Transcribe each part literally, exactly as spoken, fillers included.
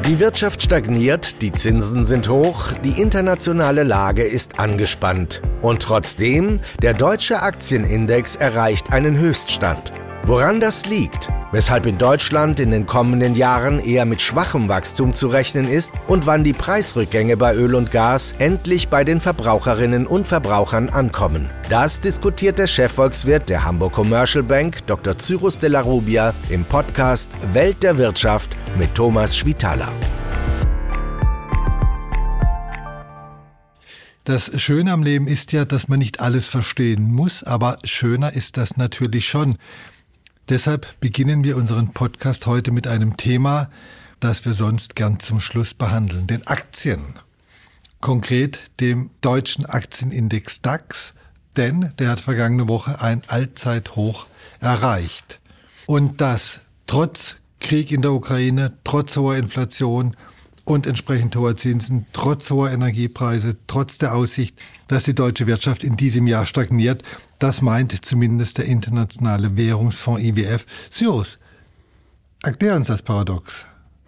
Die Wirtschaft stagniert, die Zinsen sind hoch, die internationale Lage ist angespannt. Und trotzdem, der deutsche Aktienindex erreicht einen Höchststand. Woran das liegt, weshalb in Deutschland in den kommenden Jahren eher mit schwachem Wachstum zu rechnen ist und wann die Preisrückgänge bei Öl und Gas endlich bei den Verbraucherinnen und Verbrauchern ankommen. Das diskutiert der Chefvolkswirt der Hamburg Commercial Bank, Doktor Cyrus de la Rubia, im Podcast Welt der Wirtschaft mit Thomas Schwitaler. Das Schöne am Leben ist ja, dass man nicht alles verstehen muss, aber schöner ist das natürlich schon. Deshalb beginnen wir unseren Podcast heute mit einem Thema, das wir sonst gern zum Schluss behandeln, den Aktien. Konkret dem deutschen Aktienindex DAX, denn der hat vergangene Woche ein Allzeithoch erreicht. Und das trotz Krieg in der Ukraine, trotz hoher Inflation und entsprechend hoher Zinsen, trotz hoher Energiepreise, trotz der Aussicht, dass die deutsche Wirtschaft in diesem Jahr stagniert. Das meint zumindest der Internationale Währungsfonds I W F. Cyrus, erklär uns das Paradox.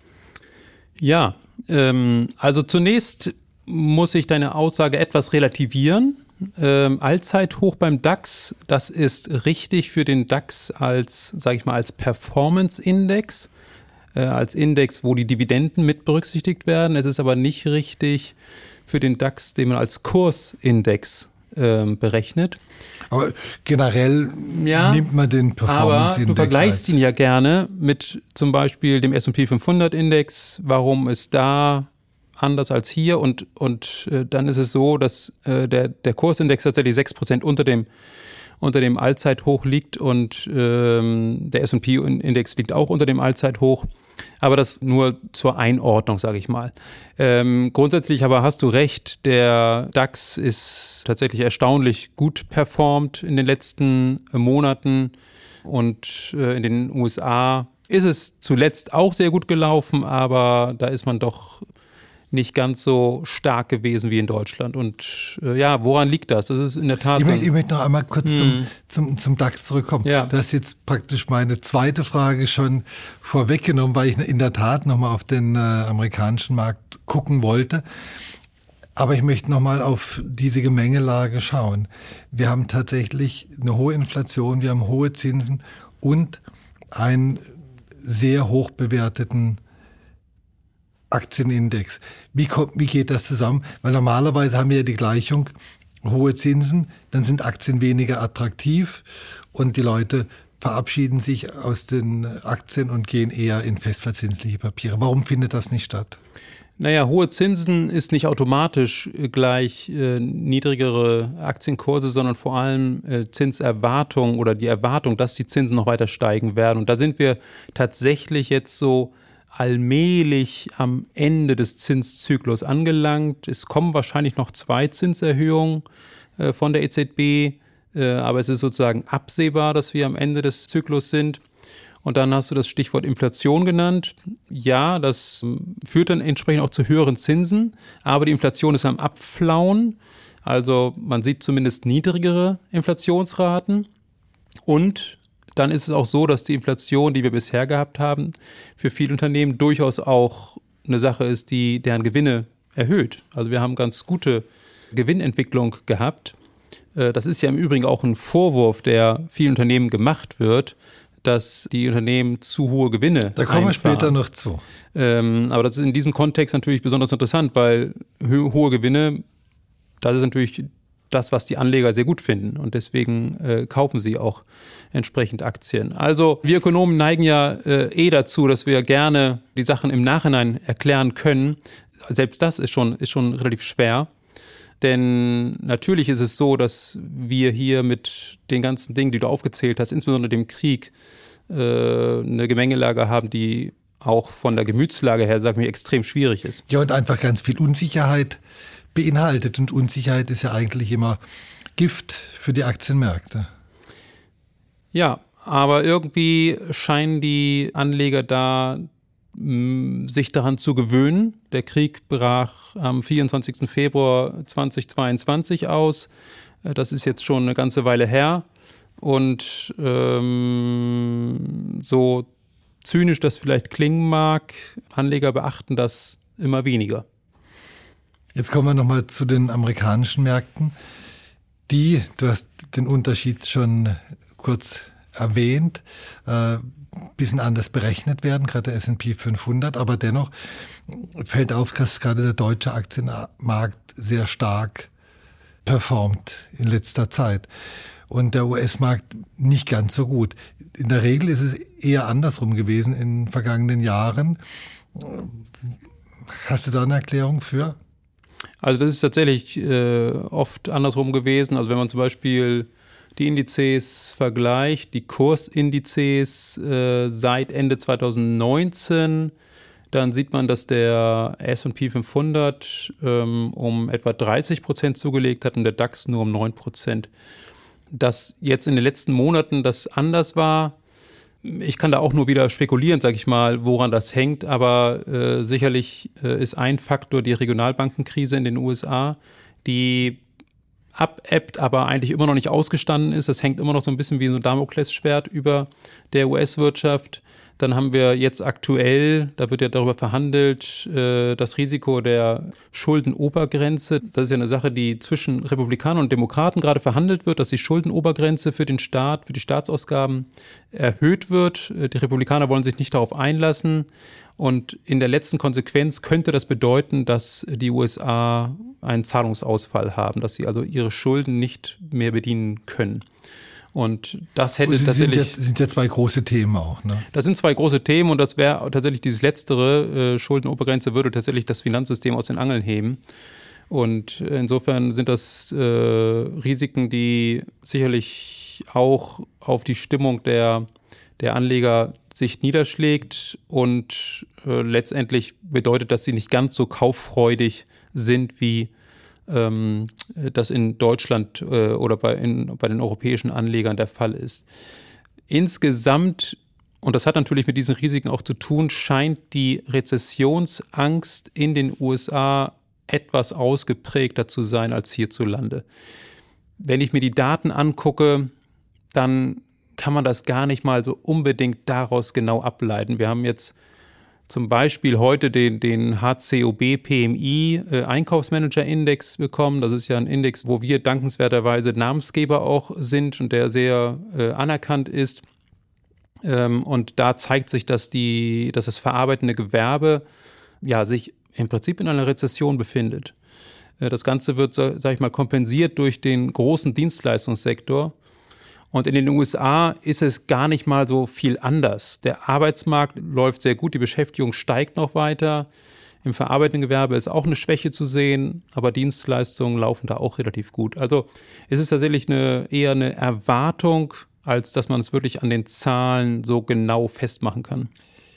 Ja, ähm, also zunächst muss ich deine Aussage etwas relativieren. Ähm, Allzeithoch beim DAX, das ist richtig für den DAX als, sage ich mal, als Performance-Index, äh, als Index, wo die Dividenden mit berücksichtigt werden. Es ist aber nicht richtig für den DAX, den man als Kursindex ähm, berechnet. Aber generell ja, nimmt man den Performance-Index. Aber du vergleichst ihn ja gerne mit zum Beispiel dem S und P fünfhundert-Index. Warum ist da anders als hier? Und, und äh, dann ist es so, dass äh, der, der Kursindex tatsächlich sechs Prozent unter dem, unter dem Allzeithoch liegt und ähm, der S und P-Index liegt auch unter dem Allzeithoch. Aber das nur zur Einordnung, sage ich mal. Ähm, grundsätzlich aber hast du recht, der DAX ist tatsächlich erstaunlich gut performt in den letzten äh, Monaten und äh, in den U S A ist es zuletzt auch sehr gut gelaufen, aber da ist man doch nicht ganz so stark gewesen wie in Deutschland. Und äh, ja, woran liegt das? Das ist in der Tat... Ich möchte, ich möchte noch einmal kurz hm. zum, zum, zum DAX zurückkommen. Ja. Du hast jetzt praktisch meine zweite Frage schon vorweggenommen, weil ich in der Tat nochmal auf den äh, amerikanischen Markt gucken wollte. Aber ich möchte nochmal auf diese Gemengelage schauen. Wir haben tatsächlich eine hohe Inflation, wir haben hohe Zinsen und einen sehr hoch bewerteten Aktienindex. Wie kommt, wie geht das zusammen? Weil normalerweise haben wir ja die Gleichung, hohe Zinsen, dann sind Aktien weniger attraktiv und die Leute verabschieden sich aus den Aktien und gehen eher in festverzinsliche Papiere. Warum findet das nicht statt? Naja, hohe Zinsen ist nicht automatisch gleich äh, niedrigere Aktienkurse, sondern vor allem äh, Zinserwartung oder die Erwartung, dass die Zinsen noch weiter steigen werden. Und da sind wir tatsächlich jetzt so allmählich am Ende des Zinszyklus angelangt. Es kommen wahrscheinlich noch zwei Zinserhöhungen äh, von der E Z B, äh, aber es ist sozusagen absehbar, dass wir am Ende des Zyklus sind. Und dann hast du das Stichwort Inflation genannt. Ja, das führt dann entsprechend auch zu höheren Zinsen, aber die Inflation ist am Abflauen. Also man sieht zumindest niedrigere Inflationsraten und dann ist es auch so, dass die Inflation, die wir bisher gehabt haben, für viele Unternehmen durchaus auch eine Sache ist, die deren Gewinne erhöht. Also wir haben ganz gute Gewinnentwicklung gehabt. Das ist ja im Übrigen auch ein Vorwurf, der vielen Unternehmen gemacht wird, dass die Unternehmen zu hohe Gewinne Da kommen einfahren. wir später noch zu. Ähm, aber das ist in diesem Kontext natürlich besonders interessant, weil ho- hohe Gewinne, das ist natürlich das, was die Anleger sehr gut finden und deswegen äh, kaufen sie auch entsprechend Aktien. Also wir Ökonomen neigen ja äh, eh dazu, dass wir gerne die Sachen im Nachhinein erklären können. Selbst das ist schon, ist schon relativ schwer, denn natürlich ist es so, dass wir hier mit den ganzen Dingen, die du aufgezählt hast, insbesondere dem Krieg, äh, eine Gemengelage haben, die auch von der Gemütslage her, sag ich mir, extrem schwierig ist. Ja, und einfach ganz viel Unsicherheit beinhaltet. Und Unsicherheit ist ja eigentlich immer Gift für die Aktienmärkte. Ja, aber irgendwie scheinen die Anleger da mh, sich daran zu gewöhnen. Der Krieg brach am vierundzwanzigsten Februar zweitausendzweiundzwanzig aus. Das ist jetzt schon eine ganze Weile her. Und ähm, so zynisch das vielleicht klingen mag, Anleger beachten das immer weniger. Jetzt kommen wir nochmal zu den amerikanischen Märkten. Die, du hast den Unterschied schon kurz erwähnt, äh, bisschen anders berechnet werden, gerade der S und P fünfhundert, aber dennoch fällt auf, dass gerade der deutsche Aktienmarkt sehr stark performt in letzter Zeit und der U S-Markt nicht ganz so gut. In der Regel ist es eher andersrum gewesen in den vergangenen Jahren. Hast du da eine Erklärung für? Also das ist tatsächlich äh, oft andersrum gewesen. Also wenn man zum Beispiel die Indizes vergleicht, die Kursindizes äh, seit Ende zwanzig neunzehn, dann sieht man, dass der S und P fünfhundert ähm, um etwa dreißig Prozent zugelegt hat und der DAX nur um neun Prozent. Dass jetzt in den letzten Monaten das anders war, ich kann da auch nur wieder spekulieren, sage ich mal, woran das hängt, aber äh, sicherlich äh, ist ein Faktor die Regionalbankenkrise in den U S A, die abebbt, aber eigentlich immer noch nicht ausgestanden ist. Das hängt immer noch so ein bisschen wie so ein Damoklesschwert über der U S-Wirtschaft. Dann haben wir jetzt aktuell, da wird ja darüber verhandelt, äh, das Risiko der Schuldenobergrenze. Das ist ja eine Sache, die zwischen Republikanern und Demokraten gerade verhandelt wird, dass die Schuldenobergrenze für den Staat, für die Staatsausgaben erhöht wird. Die Republikaner wollen sich nicht darauf einlassen. Und in der letzten Konsequenz könnte das bedeuten, dass die U S A einen Zahlungsausfall haben, dass sie also ihre Schulden nicht mehr bedienen können. Und das hätte Sie tatsächlich. Sind jetzt, sind ja zwei große Themen auch, ne? Das sind zwei große Themen und das wäre tatsächlich dieses letztere, äh, Schuldenobergrenze würde tatsächlich das Finanzsystem aus den Angeln heben. Und insofern sind das äh, Risiken, die sicherlich auch auf die Stimmung der, der Anleger sich niederschlägt und äh, letztendlich bedeutet, dass sie nicht ganz so kauffreudig sind, wie ähm, das in Deutschland äh, oder bei, in, bei den europäischen Anlegern der Fall ist. Insgesamt, und das hat natürlich mit diesen Risiken auch zu tun, scheint die Rezessionsangst in den U S A etwas ausgeprägter zu sein als hierzulande. Wenn ich mir die Daten angucke, dann kann man das gar nicht mal so unbedingt daraus genau ableiten. Wir haben jetzt zum Beispiel heute den, den H C O B P M I äh, Einkaufsmanager-Index bekommen. Das ist ja ein Index, wo wir dankenswerterweise Namensgeber auch sind und der sehr äh, anerkannt ist. Ähm, und da zeigt sich, dass, die, dass das verarbeitende Gewerbe ja, sich im Prinzip in einer Rezession befindet. Äh, das Ganze wird, sage ich mal, kompensiert durch den großen Dienstleistungssektor. Und in den U S A ist es gar nicht mal so viel anders. Der Arbeitsmarkt läuft sehr gut, die Beschäftigung steigt noch weiter. Im verarbeitenden Gewerbe ist auch eine Schwäche zu sehen, aber Dienstleistungen laufen da auch relativ gut. Also es ist tatsächlich eine, eher eine Erwartung, als dass man es wirklich an den Zahlen so genau festmachen kann.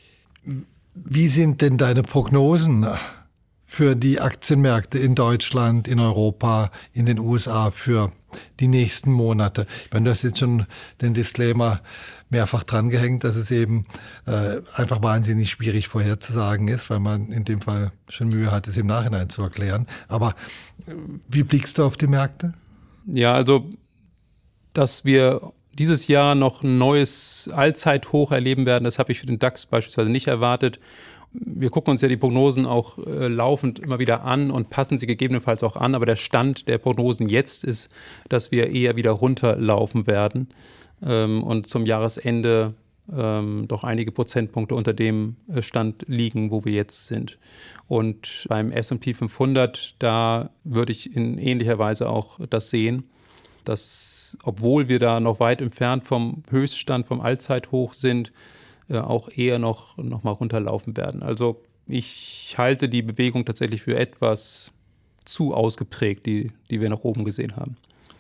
Wie sind denn deine Prognosen für die Aktienmärkte in Deutschland, in Europa, in den U S A für die nächsten Monate? Ich meine, du hast jetzt schon den Disclaimer mehrfach drangehängt, dass es eben äh, einfach wahnsinnig schwierig vorherzusagen ist, weil man in dem Fall schon Mühe hat, es im Nachhinein zu erklären. Aber äh, wie blickst du auf die Märkte? Ja, also, dass wir dieses Jahr noch ein neues Allzeithoch erleben werden, das habe ich für den DAX beispielsweise nicht erwartet. Wir gucken uns ja die Prognosen auch äh, laufend immer wieder an und passen sie gegebenenfalls auch an. Aber der Stand der Prognosen jetzt ist, dass wir eher wieder runterlaufen werden ähm, und zum Jahresende ähm, doch einige Prozentpunkte unter dem Stand liegen, wo wir jetzt sind. Und beim S und P fünfhundert, da würde ich in ähnlicher Weise auch das sehen, dass, obwohl wir da noch weit entfernt vom Höchststand, vom Allzeithoch sind, auch eher noch, noch mal runterlaufen werden. Also ich halte die Bewegung tatsächlich für etwas zu ausgeprägt, die, die wir nach oben gesehen haben.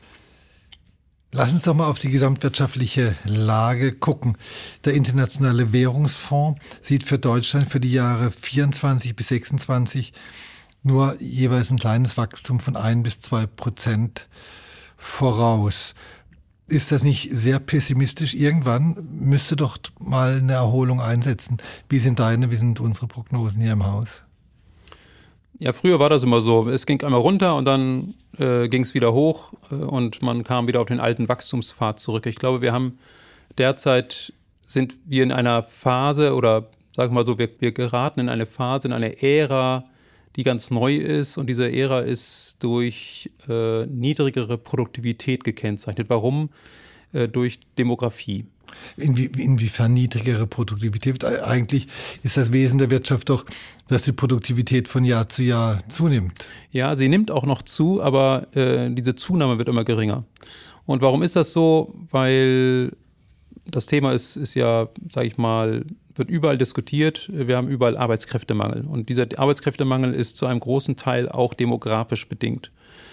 Lass uns doch mal auf die gesamtwirtschaftliche Lage gucken. Der Internationale Währungsfonds sieht für Deutschland für die Jahre vierundzwanzig bis sechsundzwanzig nur jeweils ein kleines Wachstum von ein bis zwei Prozent voraus. Ist das nicht sehr pessimistisch? Irgendwann müsste doch mal eine Erholung einsetzen. Wie sind deine, wie sind unsere Prognosen hier im Haus? Ja, früher war das immer so. Es ging einmal runter und dann äh, ging es wieder hoch äh, und man kam wieder auf den alten Wachstumspfad zurück. Ich glaube, wir haben derzeit sind wir in einer Phase oder sagen wir mal so, wir, wir geraten in eine Phase, in eine Ära, die ganz neu ist und diese Ära ist durch äh, niedrigere Produktivität gekennzeichnet. Warum? Äh, durch Demografie. Inwie, inwiefern niedrigere Produktivität? Eigentlich ist das Wesen der Wirtschaft doch, dass die Produktivität von Jahr zu Jahr zunimmt. Ja, sie nimmt auch noch zu, aber äh, diese Zunahme wird immer geringer. Und warum ist das so? Weil das Thema ist, ist ja, sage ich mal, wird überall diskutiert. Wir haben überall Arbeitskräftemangel. Und dieser Arbeitskräftemangel ist zu einem großen Teil auch demografisch bedingt.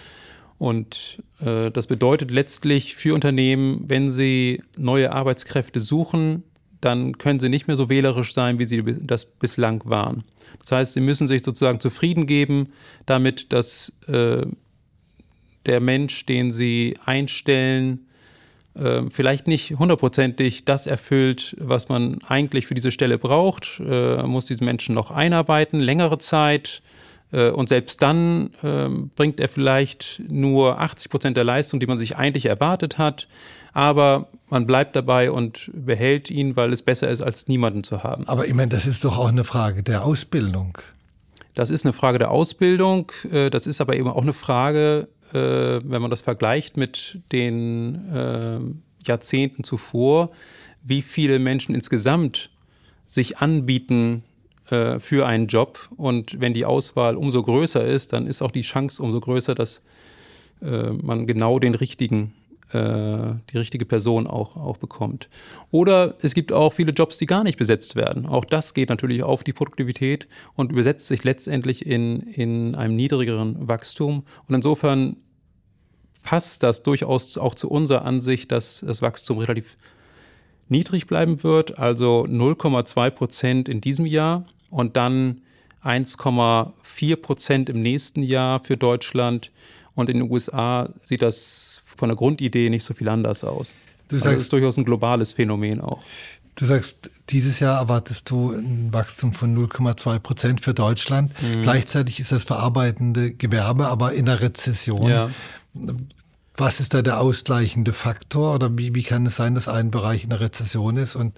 Und äh, das bedeutet letztlich für Unternehmen, wenn sie neue Arbeitskräfte suchen, dann können sie nicht mehr so wählerisch sein, wie sie das bislang waren. Das heißt, sie müssen sich sozusagen zufrieden geben damit, dass äh, der Mensch, den sie einstellen, äh, vielleicht nicht hundertprozentig das erfüllt, was man eigentlich für diese Stelle braucht. Äh, man muss diesen Menschen noch einarbeiten, längere Zeit. Und selbst dann äh, bringt er vielleicht nur achtzig Prozent der Leistung, die man sich eigentlich erwartet hat. Aber man bleibt dabei und behält ihn, weil es besser ist, als niemanden zu haben. Aber ich meine, das ist doch auch eine Frage der Ausbildung. Das ist eine Frage der Ausbildung. Das ist aber eben auch eine Frage, wenn man das vergleicht mit den äh, Jahrzehnten zuvor, wie viele Menschen insgesamt sich anbieten für einen Job. Und wenn die Auswahl umso größer ist, dann ist auch die Chance umso größer, dass äh, man genau den richtigen, äh, die richtige Person auch, auch bekommt. Oder es gibt auch viele Jobs, die gar nicht besetzt werden. Auch das geht natürlich auf die Produktivität und übersetzt sich letztendlich in, in einem niedrigeren Wachstum. Und insofern passt das durchaus auch zu unserer Ansicht, dass das Wachstum relativ niedrig bleiben wird, also null Komma zwei Prozent in diesem Jahr und dann eins Komma vier Prozent im nächsten Jahr für Deutschland. Und in den U S A sieht das von der Grundidee nicht so viel anders aus. Du sagst, also das ist durchaus ein globales Phänomen auch. Du sagst, dieses Jahr erwartest du ein Wachstum von null Komma zwei Prozent für Deutschland. Mhm. Gleichzeitig ist das verarbeitende Gewerbe aber in der Rezession. Ja. Was ist da der ausgleichende Faktor oder wie, wie kann es sein, dass ein Bereich in der Rezession ist und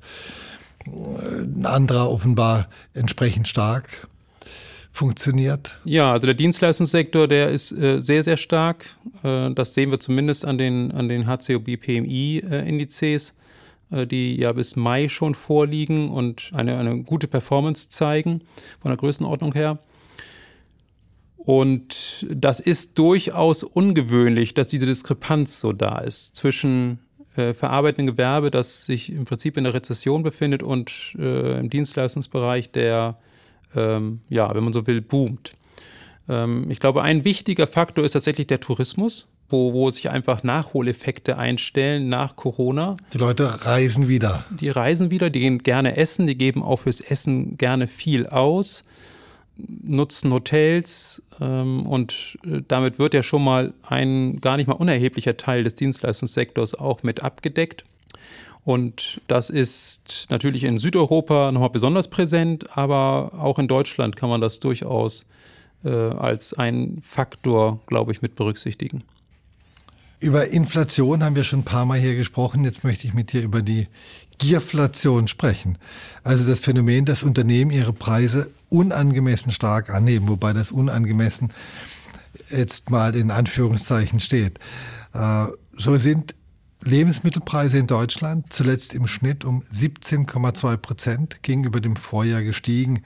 ein anderer offenbar entsprechend stark funktioniert? Ja, also der Dienstleistungssektor, der ist äh, sehr, sehr stark. Äh, das sehen wir zumindest an den, an den H C O B P M I-Indizes, äh, die ja bis Mai schon vorliegen und eine, eine gute Performance zeigen von der Größenordnung her. Und das ist durchaus ungewöhnlich, dass diese Diskrepanz so da ist zwischen äh, verarbeitendem Gewerbe, das sich im Prinzip in der Rezession befindet, und äh, im Dienstleistungsbereich, der, ähm, ja, wenn man so will, boomt. Ähm, ich glaube, ein wichtiger Faktor ist tatsächlich der Tourismus, wo, wo sich einfach Nachholeffekte einstellen nach Corona. Die Leute reisen wieder. Die reisen wieder, die gehen gerne essen, die geben auch fürs Essen gerne viel aus, nutzen Hotels ähm, und äh, damit wird ja schon mal ein gar nicht mal unerheblicher Teil des Dienstleistungssektors auch mit abgedeckt. Und das ist natürlich in Südeuropa nochmal besonders präsent, aber auch in Deutschland kann man das durchaus äh, als einen Faktor, glaube ich, mit berücksichtigen. Über Inflation haben wir schon ein paar Mal hier gesprochen. Jetzt möchte ich mit dir über die Gierflation sprechen. Also das Phänomen, dass Unternehmen ihre Preise unangemessen stark anheben, wobei das unangemessen jetzt mal in Anführungszeichen steht. So sind Lebensmittelpreise in Deutschland zuletzt im Schnitt um siebzehn Komma zwei Prozent gegenüber dem Vorjahr gestiegen.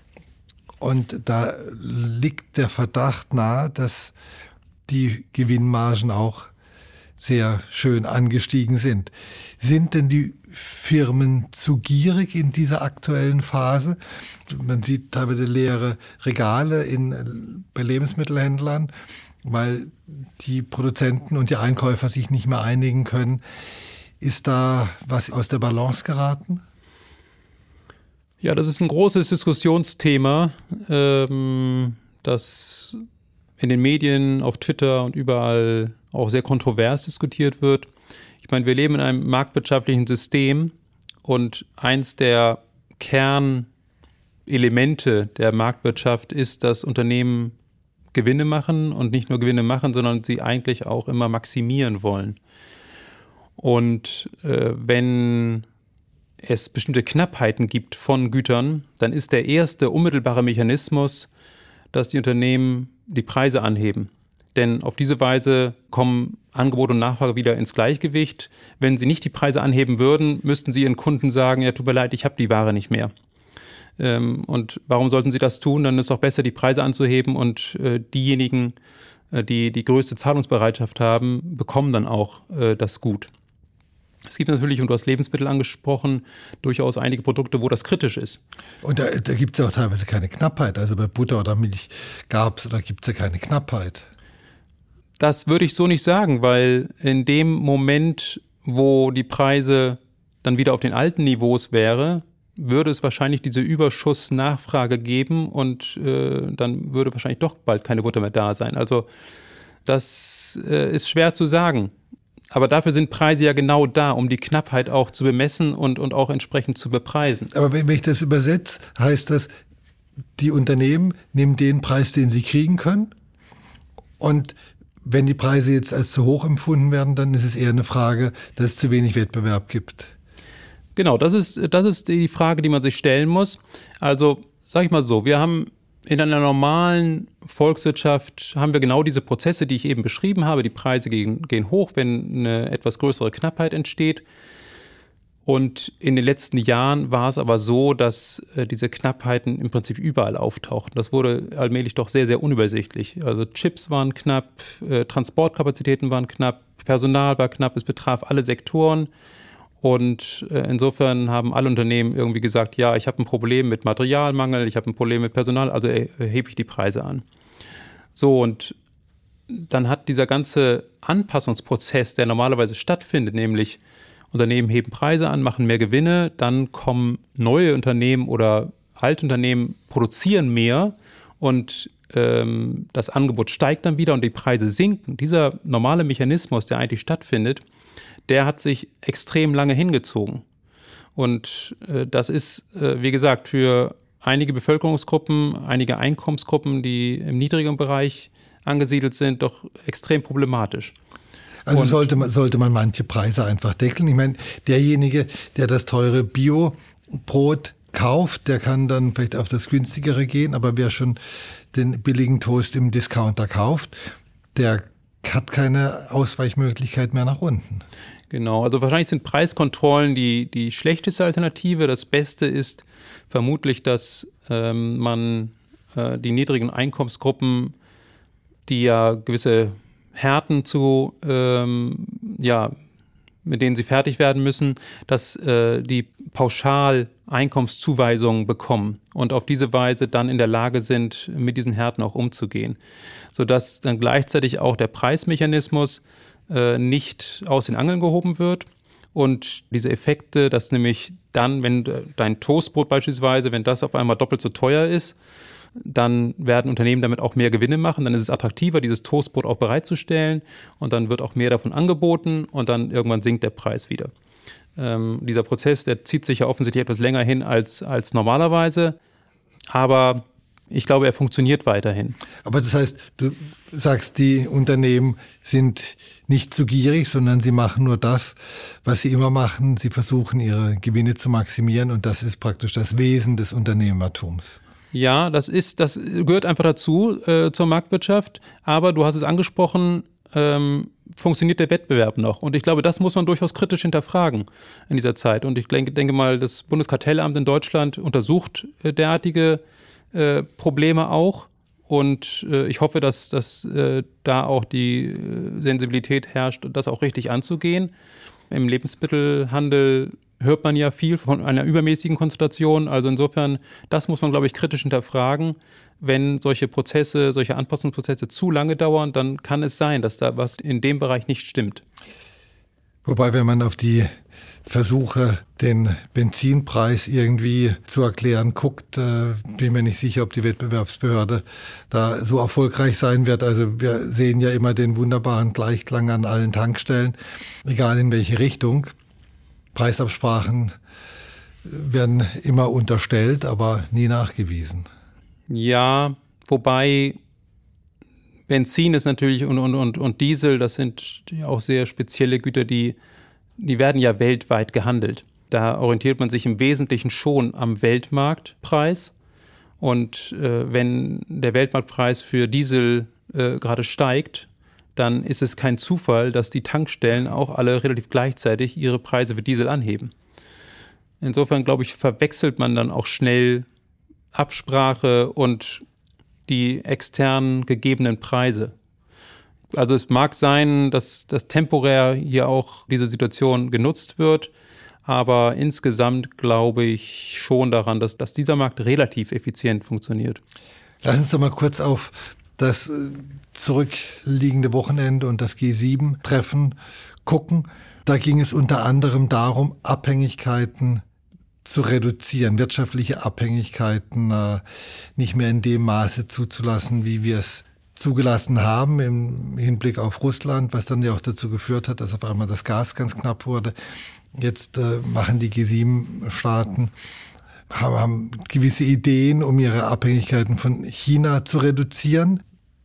Und da liegt der Verdacht nahe, dass die Gewinnmargen auch sehr schön angestiegen sind. Sind denn die Firmen zu gierig in dieser aktuellen Phase? Man sieht teilweise leere Regale in, bei Lebensmittelhändlern, weil die Produzenten und die Einkäufer sich nicht mehr einigen können. Ist da was aus der Balance geraten? Ja, das ist ein großes Diskussionsthema, ähm, das in den Medien, auf Twitter und überall auch sehr kontrovers diskutiert wird. Ich meine, wir leben in einem marktwirtschaftlichen System und eins der Kernelemente der Marktwirtschaft ist, dass Unternehmen Gewinne machen und nicht nur Gewinne machen, sondern sie eigentlich auch immer maximieren wollen. Und äh, wenn es bestimmte Knappheiten gibt von Gütern, dann ist der erste unmittelbare Mechanismus, dass die Unternehmen die Preise anheben. Denn auf diese Weise kommen Angebot und Nachfrage wieder ins Gleichgewicht. Wenn sie nicht die Preise anheben würden, müssten sie ihren Kunden sagen, ja, tut mir leid, ich habe die Ware nicht mehr. Ähm, und warum sollten sie das tun? Dann ist es doch besser, die Preise anzuheben und äh, diejenigen, äh, die die größte Zahlungsbereitschaft haben, bekommen dann auch äh, das Gut. Es gibt natürlich, und du hast Lebensmittel angesprochen, durchaus einige Produkte, wo das kritisch ist. Und da, da gibt es ja auch teilweise keine Knappheit. Also bei Butter oder Milch gab es oder gibt es ja keine Knappheit. Das würde ich so nicht sagen, weil in dem Moment, wo die Preise dann wieder auf den alten Niveaus wäre, würde es wahrscheinlich diese Überschussnachfrage geben und äh, dann würde wahrscheinlich doch bald keine Butter mehr da sein. Also das äh, ist schwer zu sagen. Aber dafür sind Preise ja genau da, um die Knappheit auch zu bemessen und, und auch entsprechend zu bepreisen. Aber wenn ich das übersetze, heißt das, die Unternehmen nehmen den Preis, den sie kriegen können. Und wenn die Preise jetzt als zu hoch empfunden werden, dann ist es eher eine Frage, dass es zu wenig Wettbewerb gibt. Genau, das ist, das ist die Frage, die man sich stellen muss. Also, sag ich mal so, wir haben in einer normalen Volkswirtschaft haben wir genau diese Prozesse, die ich eben beschrieben habe. Die Preise gehen, gehen hoch, wenn eine etwas größere Knappheit entsteht. Und in den letzten Jahren war es aber so, dass äh, diese Knappheiten im Prinzip überall auftauchten. Das wurde allmählich doch sehr, sehr unübersichtlich. Also Chips waren knapp, äh, Transportkapazitäten waren knapp, Personal war knapp, es betraf alle Sektoren. Und äh, insofern haben alle Unternehmen irgendwie gesagt, ja, ich habe ein Problem mit Materialmangel, ich habe ein Problem mit Personal, also erhebe ich die Preise an. So, und dann hat dieser ganze Anpassungsprozess, der normalerweise stattfindet, nämlich Unternehmen heben Preise an, machen mehr Gewinne, dann kommen neue Unternehmen oder alte Unternehmen, produzieren mehr und ähm, das Angebot steigt dann wieder und die Preise sinken. Dieser normale Mechanismus, der eigentlich stattfindet, der hat sich extrem lange hingezogen. Und äh, das ist, äh, wie gesagt, für einige Bevölkerungsgruppen, einige Einkommensgruppen, die im niedrigen Bereich angesiedelt sind, doch extrem problematisch. Also sollte man, sollte man manche Preise einfach deckeln. Ich meine, derjenige, der das teure Bio-Brot kauft, der kann dann vielleicht auf das günstigere gehen, aber wer schon den billigen Toast im Discounter kauft, der hat keine Ausweichmöglichkeit mehr nach unten. Genau, also wahrscheinlich sind Preiskontrollen die, die schlechteste Alternative. Das Beste ist vermutlich, dass ähm, man äh, die niedrigen Einkommensgruppen, die ja gewisse Härten zu, ähm, ja, mit denen sie fertig werden müssen, dass äh, die pauschal Einkommenszuweisungen bekommen und auf diese Weise dann in der Lage sind, mit diesen Härten auch umzugehen. Sodass dann gleichzeitig auch der Preismechanismus äh, nicht aus den Angeln gehoben wird und diese Effekte, dass nämlich dann, wenn dein Toastbrot beispielsweise, wenn das auf einmal doppelt so teuer ist, dann werden Unternehmen damit auch mehr Gewinne machen, dann ist es attraktiver, dieses Toastbrot auch bereitzustellen und dann wird auch mehr davon angeboten und dann irgendwann sinkt der Preis wieder. Ähm, dieser Prozess, der zieht sich ja offensichtlich etwas länger hin als, als normalerweise, aber ich glaube, er funktioniert weiterhin. Aber das heißt, du sagst, die Unternehmen sind nicht zu gierig, sondern sie machen nur das, was sie immer machen. Sie versuchen, ihre Gewinne zu maximieren und das ist praktisch das Wesen des Unternehmertums. Ja, das ist, das gehört einfach dazu, äh, zur Marktwirtschaft. Aber du hast es angesprochen, ähm, funktioniert der Wettbewerb noch? Und ich glaube, das muss man durchaus kritisch hinterfragen in dieser Zeit. Und ich denke, denke mal, das Bundeskartellamt in Deutschland untersucht äh, derartige äh, Probleme auch. Und äh, ich hoffe, dass, dass äh, da auch die äh, Sensibilität herrscht, das auch richtig anzugehen. Im Lebensmittelhandel hört man ja viel von einer übermäßigen Konzentration. Also insofern, das muss man, glaube ich, kritisch hinterfragen. Wenn solche Prozesse, solche Anpassungsprozesse zu lange dauern, dann kann es sein, dass da was in dem Bereich nicht stimmt. Wobei, wenn man auf die Versuche, den Benzinpreis irgendwie zu erklären, guckt, äh, bin mir nicht sicher, ob die Wettbewerbsbehörde da so erfolgreich sein wird. Also wir sehen ja immer den wunderbaren Gleichklang an allen Tankstellen, egal in welche Richtung. Preisabsprachen werden immer unterstellt, aber nie nachgewiesen. Ja, wobei Benzin ist natürlich und, und, und, und Diesel, das sind auch sehr spezielle Güter, die, die werden ja weltweit gehandelt. Da orientiert man sich im Wesentlichen schon am Weltmarktpreis. Und äh, wenn der Weltmarktpreis für Diesel äh, gerade steigt, dann ist es kein Zufall, dass die Tankstellen auch alle relativ gleichzeitig ihre Preise für Diesel anheben. Insofern, glaube ich, verwechselt man dann auch schnell Absprache und die extern gegebenen Preise. Also es mag sein, dass, dass temporär hier auch diese Situation genutzt wird, aber insgesamt glaube ich schon daran, dass, dass dieser Markt relativ effizient funktioniert. Lass uns doch mal kurz auf das zurückliegende Wochenende und das G sieben Treffen gucken. Da ging es unter anderem darum, Abhängigkeiten zu reduzieren, wirtschaftliche Abhängigkeiten äh, nicht mehr in dem Maße zuzulassen, wie wir es zugelassen haben im Hinblick auf Russland, was dann ja auch dazu geführt hat, dass auf einmal das Gas ganz knapp wurde. Jetzt äh, machen die G sieben Staaten, haben, haben gewisse Ideen, um ihre Abhängigkeiten von China zu reduzieren.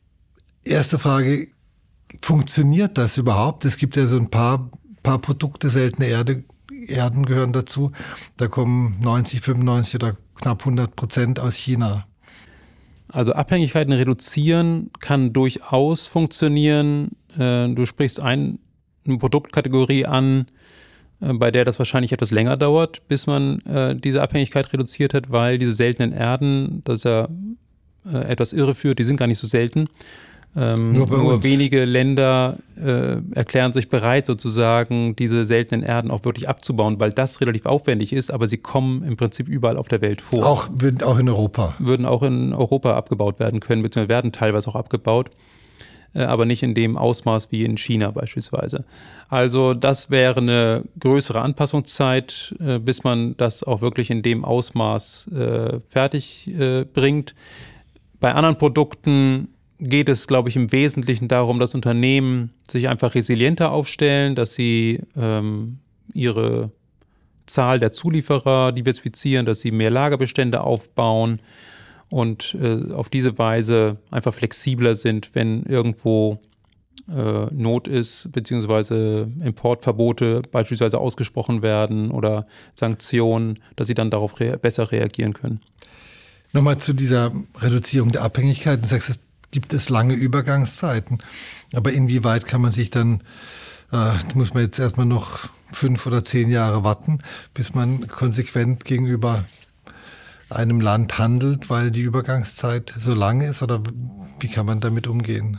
Erste Frage, funktioniert das überhaupt? Es gibt ja so ein paar, paar Produkte, seltene Erde, Erden gehören dazu. Da kommen neunzig, fünfundneunzig oder knapp hundert Prozent aus China. Also Abhängigkeiten reduzieren kann durchaus funktionieren. Du sprichst ein, eine Produktkategorie an, bei der das wahrscheinlich etwas länger dauert, bis man diese Abhängigkeit reduziert hat, weil diese seltenen Erden, das ist ja etwas irreführend, die sind gar nicht so selten. Ähm, nur nur wenige Länder äh, erklären sich bereit, sozusagen diese seltenen Erden auch wirklich abzubauen, weil das relativ aufwendig ist, aber sie kommen im Prinzip überall auf der Welt vor. Auch, auch in Europa? Würden auch in Europa abgebaut werden können, beziehungsweise werden teilweise auch abgebaut, äh, aber nicht in dem Ausmaß wie in China beispielsweise. Also das wäre eine größere Anpassungszeit, äh, bis man das auch wirklich in dem Ausmaß äh, fertig äh, bringt. Bei anderen Produkten geht es, glaube ich, im Wesentlichen darum, dass Unternehmen sich einfach resilienter aufstellen, dass sie ähm, ihre Zahl der Zulieferer diversifizieren, dass sie mehr Lagerbestände aufbauen und äh, auf diese Weise einfach flexibler sind, wenn irgendwo äh, Not ist, beziehungsweise Importverbote beispielsweise ausgesprochen werden oder Sanktionen, dass sie dann darauf rea- besser reagieren können. Nochmal zu dieser Reduzierung der Abhängigkeiten. Du sagst, es gibt es lange Übergangszeiten. Aber inwieweit kann man sich dann, äh, muss man jetzt erstmal noch fünf oder zehn Jahre warten, bis man konsequent gegenüber einem Land handelt, weil die Übergangszeit so lange ist? Oder wie kann man damit umgehen?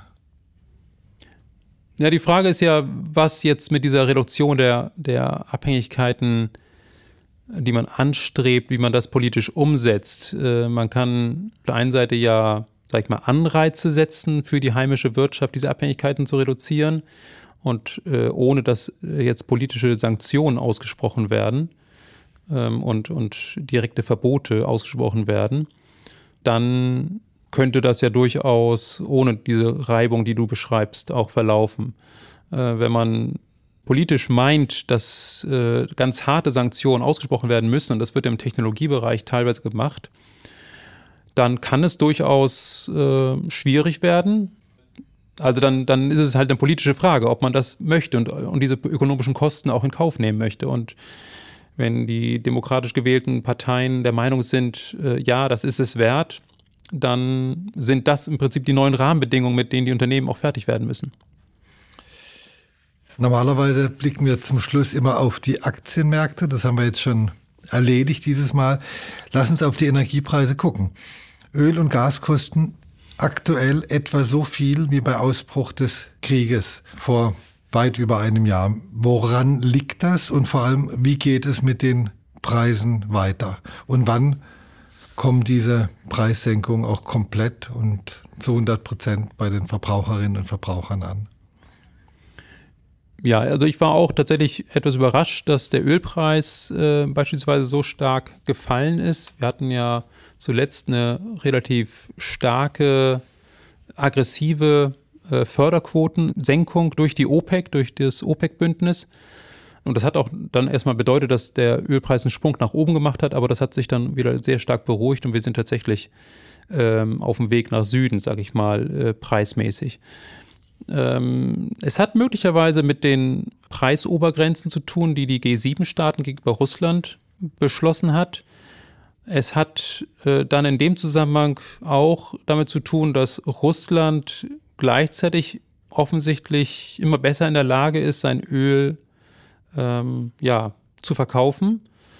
Ja, die Frage ist ja, was jetzt mit dieser Reduktion der, der Abhängigkeiten, die man anstrebt, wie man das politisch umsetzt. Äh, man kann auf der einen Seite ja, sag ich mal, Anreize setzen für die heimische Wirtschaft, diese Abhängigkeiten zu reduzieren und äh, ohne dass jetzt politische Sanktionen ausgesprochen werden ähm, und, und direkte Verbote ausgesprochen werden, dann könnte das ja durchaus ohne diese Reibung, die du beschreibst, auch verlaufen. Äh, wenn man politisch meint, dass äh, ganz harte Sanktionen ausgesprochen werden müssen, und das wird im Technologiebereich teilweise gemacht, dann kann es durchaus äh, schwierig werden. Also dann, dann ist es halt eine politische Frage, ob man das möchte und, und diese ökonomischen Kosten auch in Kauf nehmen möchte. Und wenn die demokratisch gewählten Parteien der Meinung sind, äh, ja, das ist es wert, dann sind das im Prinzip die neuen Rahmenbedingungen, mit denen die Unternehmen auch fertig werden müssen. Normalerweise blicken wir zum Schluss immer auf die Aktienmärkte. Das haben wir jetzt schon erledigt dieses Mal. Lass uns auf die Energiepreise gucken. Öl und Gas kosten aktuell etwa so viel wie bei Ausbruch des Krieges vor weit über einem Jahr. Woran liegt das und vor allem, wie geht es mit den Preisen weiter? Und wann kommen diese Preissenkungen auch komplett und zu hundert Prozent bei den Verbraucherinnen und Verbrauchern an? Ja, also ich war auch tatsächlich etwas überrascht, dass der Ölpreis äh, beispielsweise so stark gefallen ist. Wir hatten ja zuletzt eine relativ starke, aggressive äh, Förderquotensenkung durch die OPEC, durch das OPEC-Bündnis. Und das hat auch dann erstmal bedeutet, dass der Ölpreis einen Sprung nach oben gemacht hat, aber das hat sich dann wieder sehr stark beruhigt und wir sind tatsächlich ähm, auf dem Weg nach Süden, sage ich mal, äh, preismäßig. Ähm, es hat möglicherweise mit den Preisobergrenzen zu tun, die die G sieben Staaten gegenüber Russland beschlossen hat. Es hat äh, dann in dem Zusammenhang auch damit zu tun, dass Russland gleichzeitig offensichtlich immer besser in der Lage ist, sein Öl ähm, ja, zu verkaufen.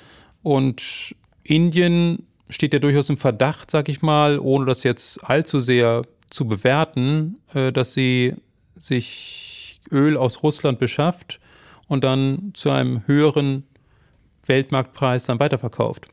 Und Indien steht ja durchaus im Verdacht, sag ich mal, ohne das jetzt allzu sehr zu bewerten, äh, dass sie sich Öl aus Russland beschafft und dann zu einem höheren Weltmarktpreis dann weiterverkauft.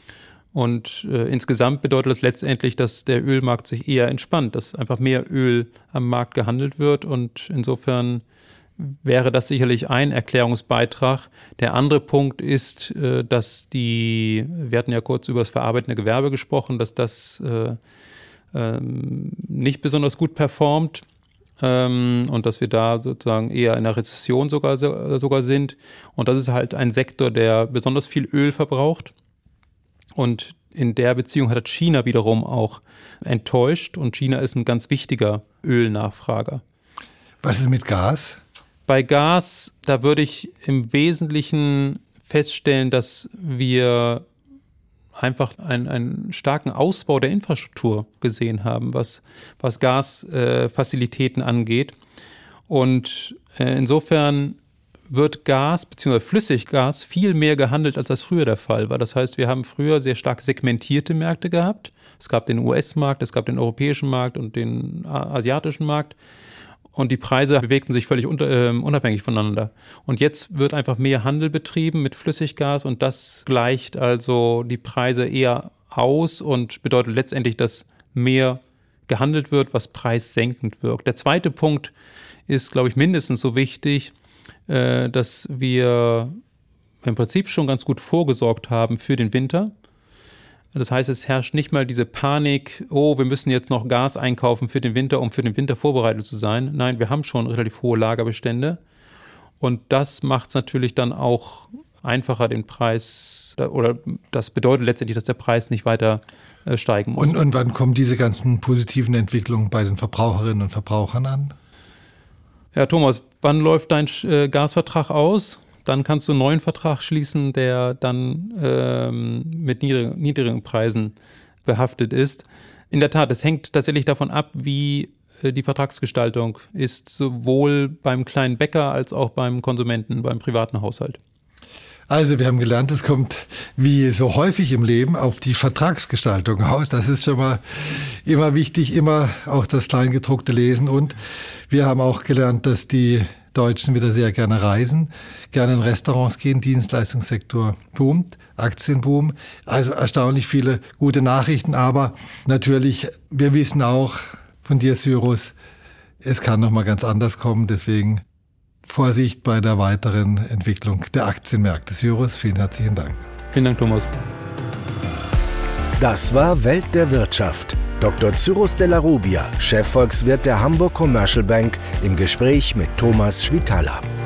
Und äh, insgesamt bedeutet das letztendlich, dass der Ölmarkt sich eher entspannt, dass einfach mehr Öl am Markt gehandelt wird. Und insofern wäre das sicherlich ein Erklärungsbeitrag. Der andere Punkt ist, äh, dass die, wir hatten ja kurz über das verarbeitende Gewerbe gesprochen, dass das äh, äh, nicht besonders gut performt. Ähm, und dass wir da sozusagen eher in einer Rezession sogar, sogar sind. Und das ist halt ein Sektor, der besonders viel Öl verbraucht. Und in der Beziehung hat China wiederum auch enttäuscht. Und China ist ein ganz wichtiger Ölnachfrager. Was ist mit Gas? Bei Gas, da würde ich im Wesentlichen feststellen, dass wir einfach einen, einen starken Ausbau der Infrastruktur gesehen haben, was, was Gasfazilitäten äh, angeht. Und äh, insofern wird Gas bzw. Flüssiggas viel mehr gehandelt, als das früher der Fall war. Das heißt, wir haben früher sehr stark segmentierte Märkte gehabt. Es gab den U S-Markt, es gab den europäischen Markt und den asiatischen Markt. Und die Preise bewegten sich völlig unter, äh, unabhängig voneinander. Und jetzt wird einfach mehr Handel betrieben mit Flüssiggas und das gleicht also die Preise eher aus und bedeutet letztendlich, dass mehr gehandelt wird, was preissenkend wirkt. Der zweite Punkt ist, glaube ich, mindestens so wichtig, äh, dass wir im Prinzip schon ganz gut vorgesorgt haben für den Winter. Das heißt, es herrscht nicht mal diese Panik, oh, wir müssen jetzt noch Gas einkaufen für den Winter, um für den Winter vorbereitet zu sein. Nein, wir haben schon relativ hohe Lagerbestände. Und das macht es natürlich dann auch einfacher, den Preis, oder das bedeutet letztendlich, dass der Preis nicht weiter äh, steigen muss. Und, und wann kommen diese ganzen positiven Entwicklungen bei den Verbraucherinnen und Verbrauchern an? Ja, Thomas, wann läuft dein äh, Gasvertrag aus? Dann kannst du einen neuen Vertrag schließen, der dann ähm, mit niedrig, niedrigen Preisen behaftet ist. In der Tat, es hängt tatsächlich davon ab, wie äh, die Vertragsgestaltung ist, sowohl beim kleinen Bäcker als auch beim Konsumenten, beim privaten Haushalt. Also wir haben gelernt, es kommt wie so häufig im Leben auf die Vertragsgestaltung aus. Das ist schon mal immer wichtig, immer auch das Kleingedruckte lesen. Und wir haben auch gelernt, dass die Deutschen wieder sehr gerne reisen, gerne in Restaurants gehen, Dienstleistungssektor boomt, Aktienboom. Also erstaunlich viele gute Nachrichten, aber natürlich, wir wissen auch von dir, Cyrus, es kann noch mal ganz anders kommen, deswegen Vorsicht bei der weiteren Entwicklung der Aktienmärkte. Cyrus, vielen herzlichen Dank. Vielen Dank, Thomas. Das war Welt der Wirtschaft. Doktor Cyrus de la Rubia, Chefvolkswirt der Hamburg Commercial Bank, im Gespräch mit Thomas Schwitala.